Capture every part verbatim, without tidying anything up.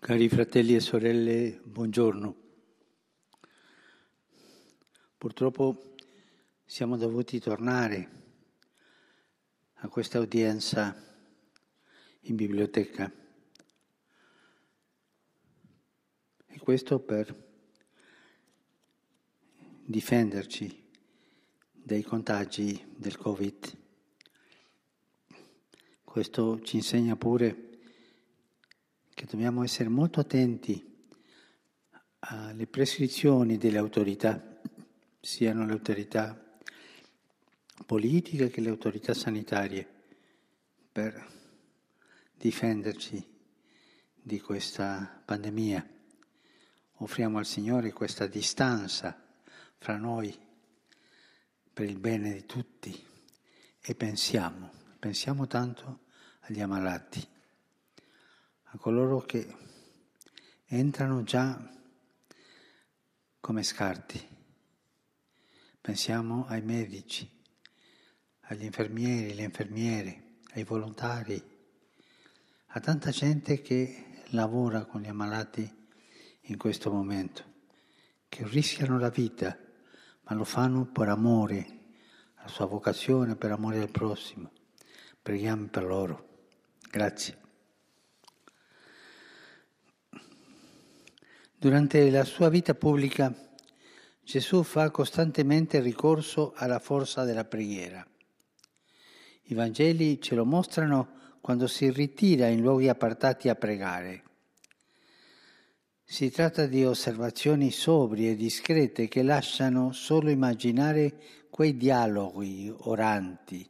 Cari fratelli e sorelle, buongiorno. Purtroppo siamo dovuti tornare a questa udienza in biblioteca e questo per difenderci dai contagi del Covid. Questo ci insegna pure che dobbiamo essere molto attenti alle prescrizioni delle autorità, siano le autorità politiche che le autorità sanitarie, per difenderci di questa pandemia. Offriamo al Signore questa distanza fra noi per il bene di tutti e pensiamo, pensiamo tanto agli ammalati, a coloro che entrano già come scarti. Pensiamo ai medici, agli infermieri, le infermiere, ai volontari, a tanta gente che lavora con gli ammalati in questo momento, che rischiano la vita, ma lo fanno per amore alla sua vocazione, per amore al prossimo. Preghiamo per loro. Grazie. Durante la sua vita pubblica, Gesù fa costantemente ricorso alla forza della preghiera. I Vangeli ce lo mostrano quando si ritira in luoghi appartati a pregare. Si tratta di osservazioni sobrie e discrete che lasciano solo immaginare quei dialoghi oranti.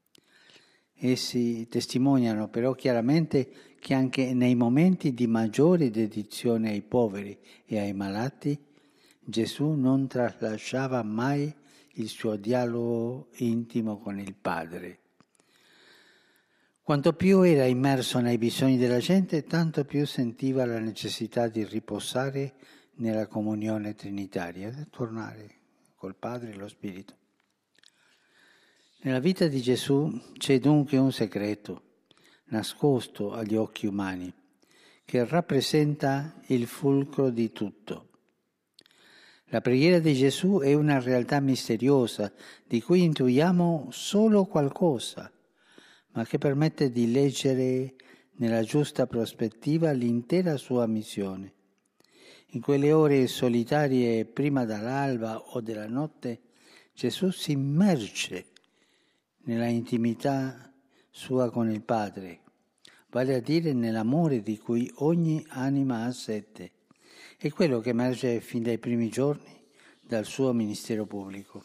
Essi testimoniano però chiaramente che anche nei momenti di maggiore dedizione ai poveri e ai malati, Gesù non tralasciava mai il suo dialogo intimo con il Padre. Quanto più era immerso nei bisogni della gente, tanto più sentiva la necessità di riposare nella comunione trinitaria, di tornare col Padre e lo Spirito. Nella vita di Gesù c'è dunque un segreto, nascosto agli occhi umani, che rappresenta il fulcro di tutto. La preghiera di Gesù è una realtà misteriosa di cui intuiamo solo qualcosa, ma che permette di leggere nella giusta prospettiva l'intera sua missione. In quelle ore solitarie prima dall'alba o della notte, Gesù si immerge nella intimità sua con il Padre, vale a dire nell'amore di cui ogni anima ha sete. È quello che emerge fin dai primi giorni dal suo ministero pubblico.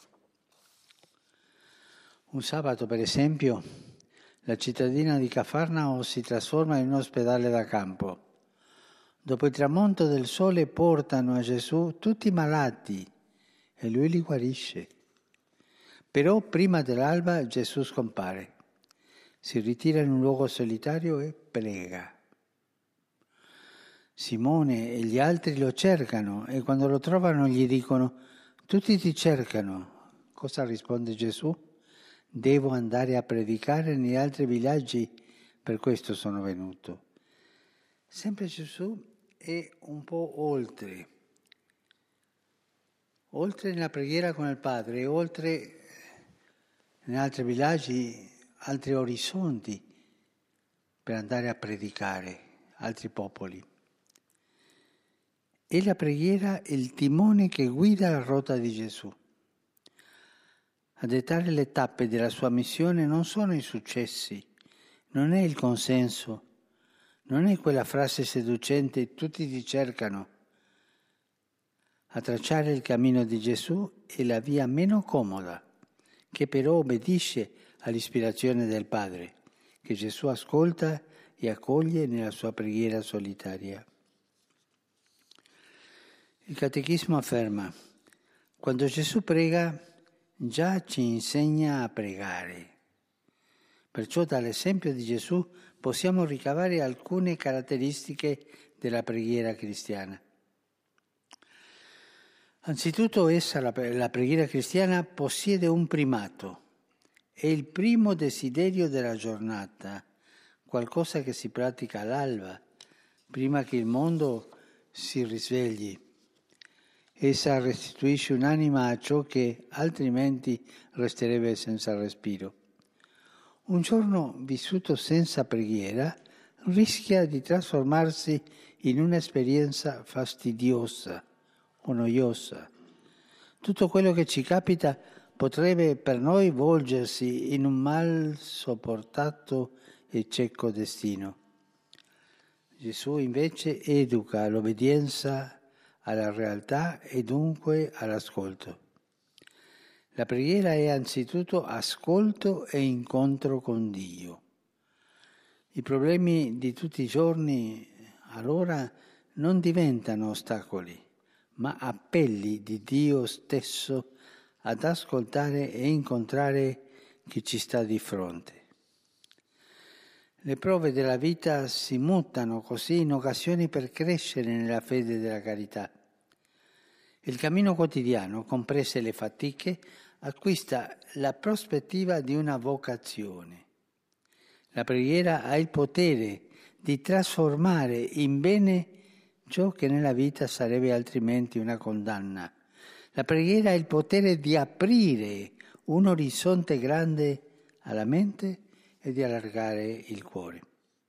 Un sabato, per esempio, la cittadina di Cafarnao si trasforma in un ospedale da campo. Dopo il tramonto del sole portano a Gesù tutti i malati e lui li guarisce. Però prima dell'alba Gesù scompare, si ritira in un luogo solitario e prega. Simone e gli altri lo cercano e quando lo trovano gli dicono: tutti ti cercano. Cosa risponde Gesù? Devo andare a predicare negli altri villaggi, per questo sono venuto. Sempre Gesù è un po' oltre, oltre nella preghiera con il Padre, oltre in altri villaggi, altri orizzonti per andare a predicare altri popoli. E la preghiera è il timone che guida la rotta di Gesù. A dettare le tappe della sua missione non sono i successi, non è il consenso, non è quella frase seducente «tutti ti cercano». A tracciare il cammino di Gesù è la via meno comoda, che però obbedisce all'ispirazione del Padre, che Gesù ascolta e accoglie nella sua preghiera solitaria. Il Catechismo afferma: quando Gesù prega, già ci insegna a pregare. Perciò dall'esempio di Gesù possiamo ricavare alcune caratteristiche della preghiera cristiana. Anzitutto essa, la, la preghiera cristiana, possiede un primato. È il primo desiderio della giornata, qualcosa che si pratica all'alba, prima che il mondo si risvegli. Essa restituisce un'anima a ciò che altrimenti resterebbe senza respiro. Un giorno vissuto senza preghiera rischia di trasformarsi in un'esperienza fastidiosa o noiosa. Tutto quello che ci capita potrebbe per noi volgersi in un mal sopportato e cieco destino. Gesù invece educa all'obbedienza alla realtà e dunque all'ascolto. La preghiera è anzitutto ascolto e incontro con Dio. I problemi di tutti i giorni allora non diventano ostacoli, ma appelli di Dio stesso ad ascoltare e incontrare chi ci sta di fronte. Le prove della vita si mutano così in occasioni per crescere nella fede della carità. Il cammino quotidiano, comprese le fatiche, acquista la prospettiva di una vocazione. La preghiera ha il potere di trasformare in bene ciò che nella vita sarebbe altrimenti una condanna. La preghiera ha il potere di aprire un orizzonte grande alla mente e di allargare il cuore.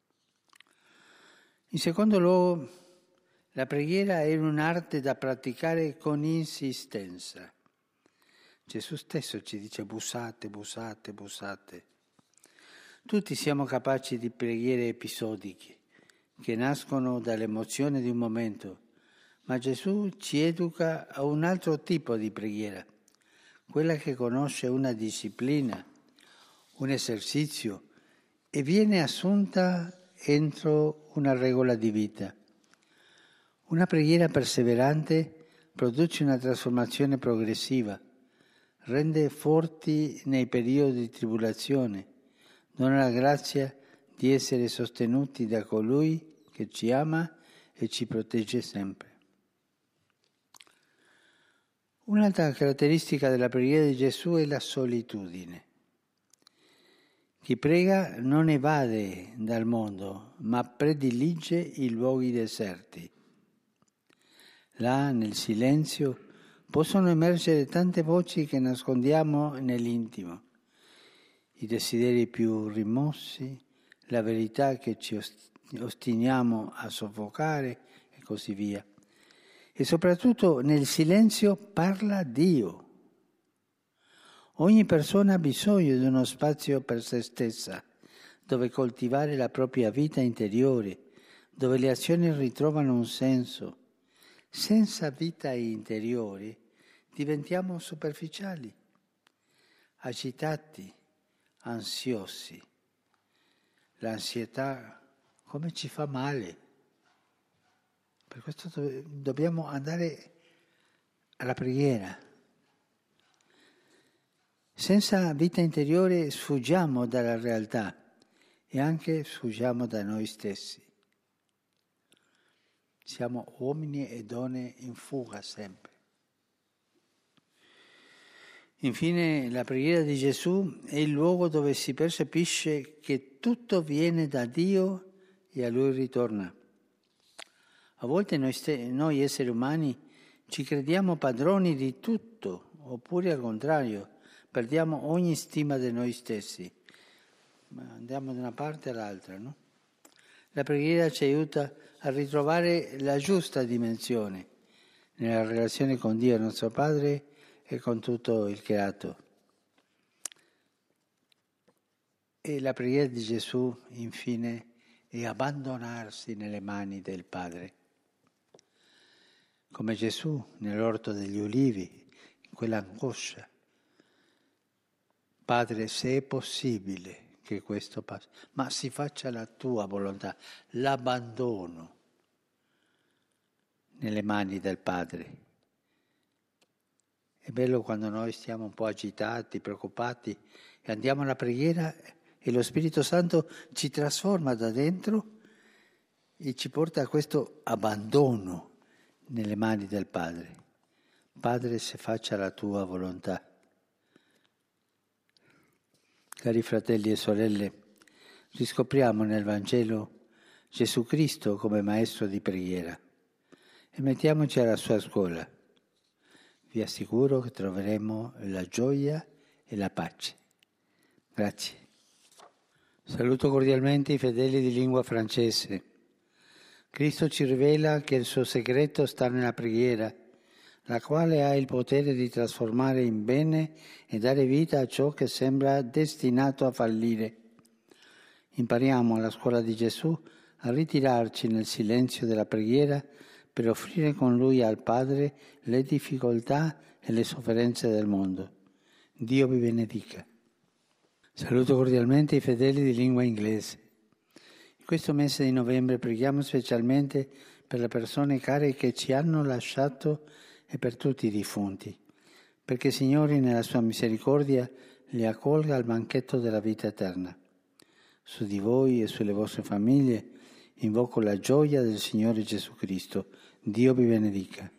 In secondo luogo, la preghiera è un'arte da praticare con insistenza. Gesù stesso ci dice bussate, bussate, bussate. Tutti siamo capaci di preghiere episodiche, che nascono dall'emozione di un momento, ma Gesù ci educa a un altro tipo di preghiera, quella che conosce una disciplina, un esercizio e viene assunta entro una regola di vita. Una preghiera perseverante produce una trasformazione progressiva, rende forti nei periodi di tribolazione, dona la grazia di essere sostenuti da colui che ci ama e ci protegge sempre. Un'altra caratteristica della preghiera di Gesù è la solitudine. Chi prega non evade dal mondo, ma predilige i luoghi deserti. Là, nel silenzio, possono emergere tante voci che nascondiamo nell'intimo, i desideri più rimossi, la verità che ci ostiniamo a soffocare e così via. E soprattutto nel silenzio parla Dio. Ogni persona ha bisogno di uno spazio per se stessa, dove coltivare la propria vita interiore, dove le azioni ritrovano un senso. Senza vita interiore diventiamo superficiali, agitati, ansiosi. L'ansietà come ci fa male. Per questo dobbiamo andare alla preghiera. Senza vita interiore sfuggiamo dalla realtà e anche sfuggiamo da noi stessi. Siamo uomini e donne in fuga sempre. Infine, la preghiera di Gesù è il luogo dove si percepisce che tutto viene da Dio e a Lui ritorna. A volte noi, st- noi esseri umani ci crediamo padroni di tutto, oppure al contrario, perdiamo ogni stima di noi stessi. Ma andiamo da una parte all'altra, no? La preghiera ci aiuta a ritrovare la giusta dimensione nella relazione con Dio, nostro Padre, e con tutto il creato. E la preghiera di Gesù, infine, è abbandonarsi nelle mani del Padre. Come Gesù nell'orto degli ulivi, in quell'angoscia. Padre, se è possibile che questo passi, ma si faccia la tua volontà, l'abbandono nelle mani del Padre. È bello quando noi stiamo un po' agitati, preoccupati e andiamo alla preghiera e lo Spirito Santo ci trasforma da dentro e ci porta a questo abbandono nelle mani del Padre. Padre, se faccia la tua volontà. Cari fratelli e sorelle, riscopriamo nel Vangelo Gesù Cristo come maestro di preghiera e mettiamoci alla sua scuola. Vi assicuro che troveremo la gioia e la pace. Grazie. Saluto cordialmente i fedeli di lingua francese. Cristo ci rivela che il suo segreto sta nella preghiera, la quale ha il potere di trasformare in bene e dare vita a ciò che sembra destinato a fallire. Impariamo alla scuola di Gesù a ritirarci nel silenzio della preghiera per offrire con Lui al Padre le difficoltà e le sofferenze del mondo. Dio vi benedica. Saluto cordialmente i fedeli di lingua inglese. In questo mese di novembre preghiamo specialmente per le persone care che ci hanno lasciato e per tutti i defunti, perché il Signore nella sua misericordia li accolga al banchetto della vita eterna. Su di voi e sulle vostre famiglie invoco la gioia del Signore Gesù Cristo. Dio vi benedica.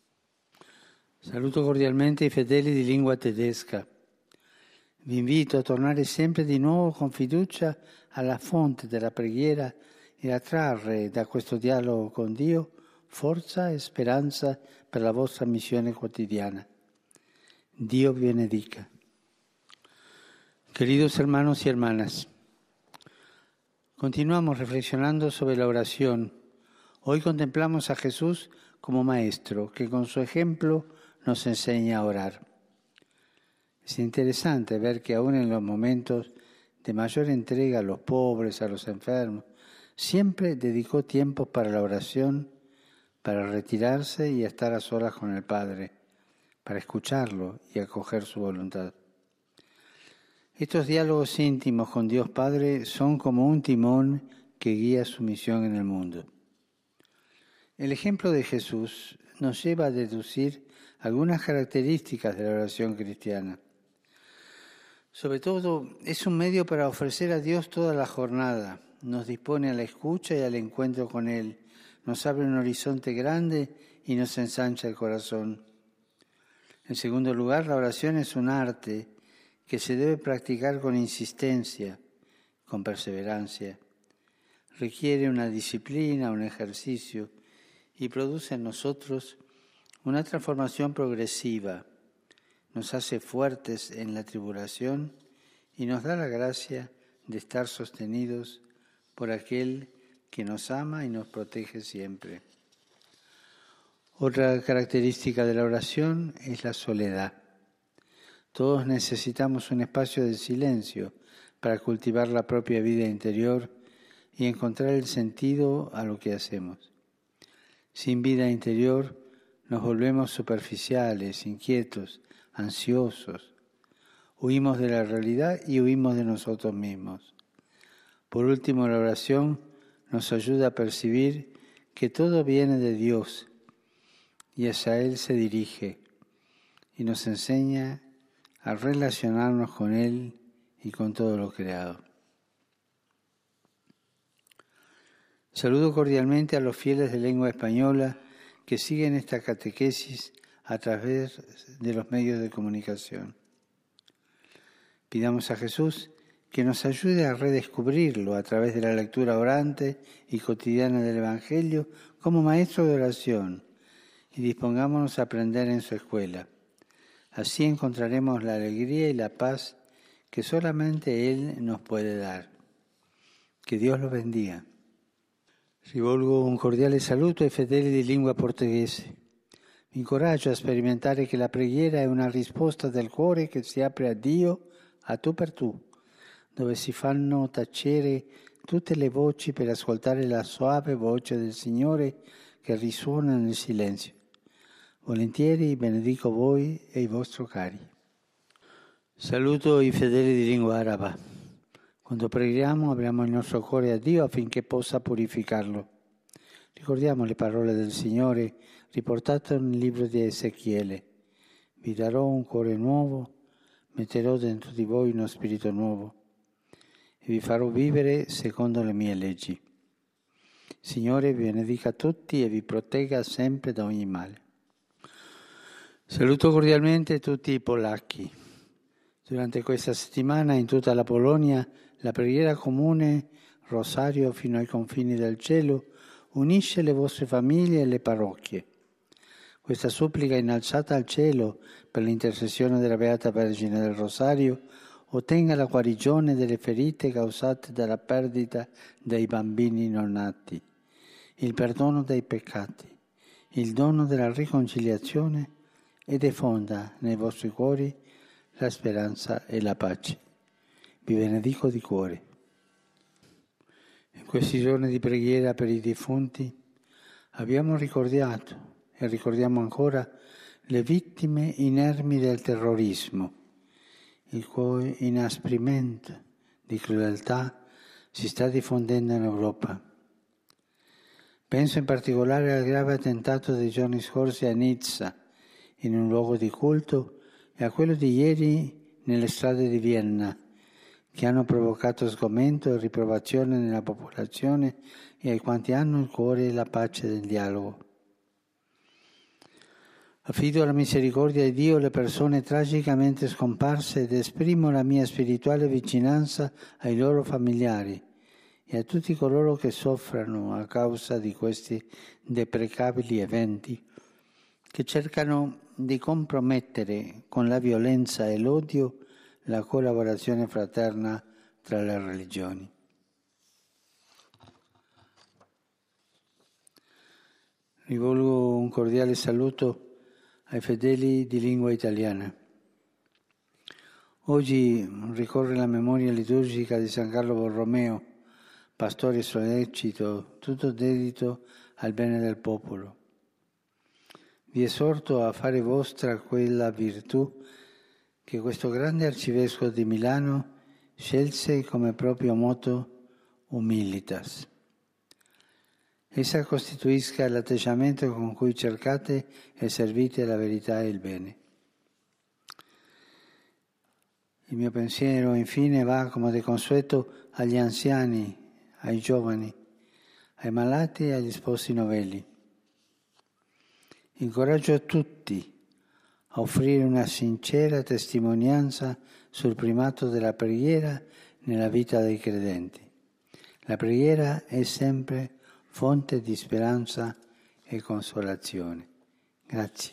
Saluto cordialmente i fedeli di lingua tedesca. Vi invito a tornare sempre di nuovo con fiducia alla fonte della preghiera e a trarre da questo dialogo con Dio forza e speranza per la vostra missione quotidiana. Dio vi benedica. Queridos hermanos y hermanas, continuamos reflexionando sobre la oración. Hoy contemplamos a Jesús como maestro, que con su ejemplo nos enseña a orar. Es interesante ver que aún en los momentos de mayor entrega a los pobres, a los enfermos, siempre dedicó tiempo para la oración, para retirarse y estar a solas con el Padre, para escucharlo y acoger su voluntad. Estos diálogos íntimos con Dios Padre son como un timón que guía su misión en el mundo. El ejemplo de Jesús nos lleva a deducir algunas características de la oración cristiana. Sobre todo, es un medio para ofrecer a Dios toda la jornada. Nos dispone a la escucha y al encuentro con Él. Nos abre un horizonte grande y nos ensancha el corazón. En segundo lugar, la oración es un arte que se debe practicar con insistencia, con perseverancia. Requiere una disciplina, un ejercicio y produce en nosotros una transformación progresiva. Nos hace fuertes en la tribulación y nos da la gracia de estar sostenidos por aquel que nos ama y nos protege siempre. Otra característica de la oración es la soledad. Todos necesitamos un espacio de silencio para cultivar la propia vida interior y encontrar el sentido a lo que hacemos. Sin vida interior nos volvemos superficiales, inquietos, ansiosos. Huimos de la realidad y huimos de nosotros mismos. Por último, la oración nos ayuda a percibir que todo viene de Dios y hacia Él se dirige y nos enseña a relacionarnos con Él y con todo lo creado. Saludo cordialmente a los fieles de lengua española que siguen esta catequesis a través de los medios de comunicación. Pidamos a Jesús que nos ayude a redescubrirlo a través de la lectura orante y cotidiana del Evangelio como maestro de oración y dispongámonos a aprender en su escuela. Así encontraremos la alegría y la paz que solamente Él nos puede dar. Que Dios los bendiga. Rivolgo un cordiale saluto ai fedeli di lingua portoghese. Vi incoraggio a sperimentare che la preghiera è una risposta del cuore che si apre a Dio a tu per tu, dove si fanno tacere tutte le voci per ascoltare la soave voce del Signore che risuona nel silenzio. Volentieri benedico voi e i vostri cari. Saluto i fedeli di lingua araba. Quando preghiamo apriamo il nostro cuore a Dio affinché possa purificarlo. Ricordiamo le parole del Signore riportate nel libro di Ezechiele. Vi darò un cuore nuovo, metterò dentro di voi uno spirito nuovo e vi farò vivere secondo le mie leggi. Signore vi benedica tutti e vi protegga sempre da ogni male. Saluto cordialmente tutti i polacchi. Durante questa settimana in tutta la Polonia la preghiera comune rosario fino ai confini del cielo, unisce le vostre famiglie e le parrocchie. Questa supplica innalzata al cielo per l'intercessione della Beata Vergine del Rosario ottenga la guarigione delle ferite causate dalla perdita dei bambini non nati, il perdono dei peccati, il dono della riconciliazione e diffonda nei vostri cuori la speranza e la pace. Vi benedico di cuore. In questi giorni di preghiera per i defunti abbiamo ricordato e ricordiamo ancora le vittime inermi del terrorismo, il cui inasprimento di crudeltà si sta diffondendo in Europa. Penso in particolare al grave attentato dei giorni scorsi a Nizza, in un luogo di culto, e a quello di ieri nelle strade di Vienna, che hanno provocato sgomento e riprovazione nella popolazione e ai quanti hanno il cuore la pace del dialogo. Affido alla misericordia di Dio le persone tragicamente scomparse ed esprimo la mia spirituale vicinanza ai loro familiari e a tutti coloro che soffrono a causa di questi deprecabili eventi che cercano di compromettere con la violenza e l'odio la collaborazione fraterna tra le religioni. Rivolgo un cordiale saluto ai fedeli di lingua italiana. Oggi ricorre la memoria liturgica di San Carlo Borromeo, pastore sollecito, tutto dedito al bene del popolo. Vi esorto a fare vostra quella virtù che questo grande arcivescovo di Milano scelse come proprio motto Humilitas. Essa costituisca l'atteggiamento con cui cercate e servite la verità e il bene. Il mio pensiero, infine, va come di consueto agli anziani, ai giovani, ai malati e agli sposi novelli. Incoraggio a tutti a offrire una sincera testimonianza sul primato della preghiera nella vita dei credenti. La preghiera è sempre fonte di speranza e consolazione. Grazie.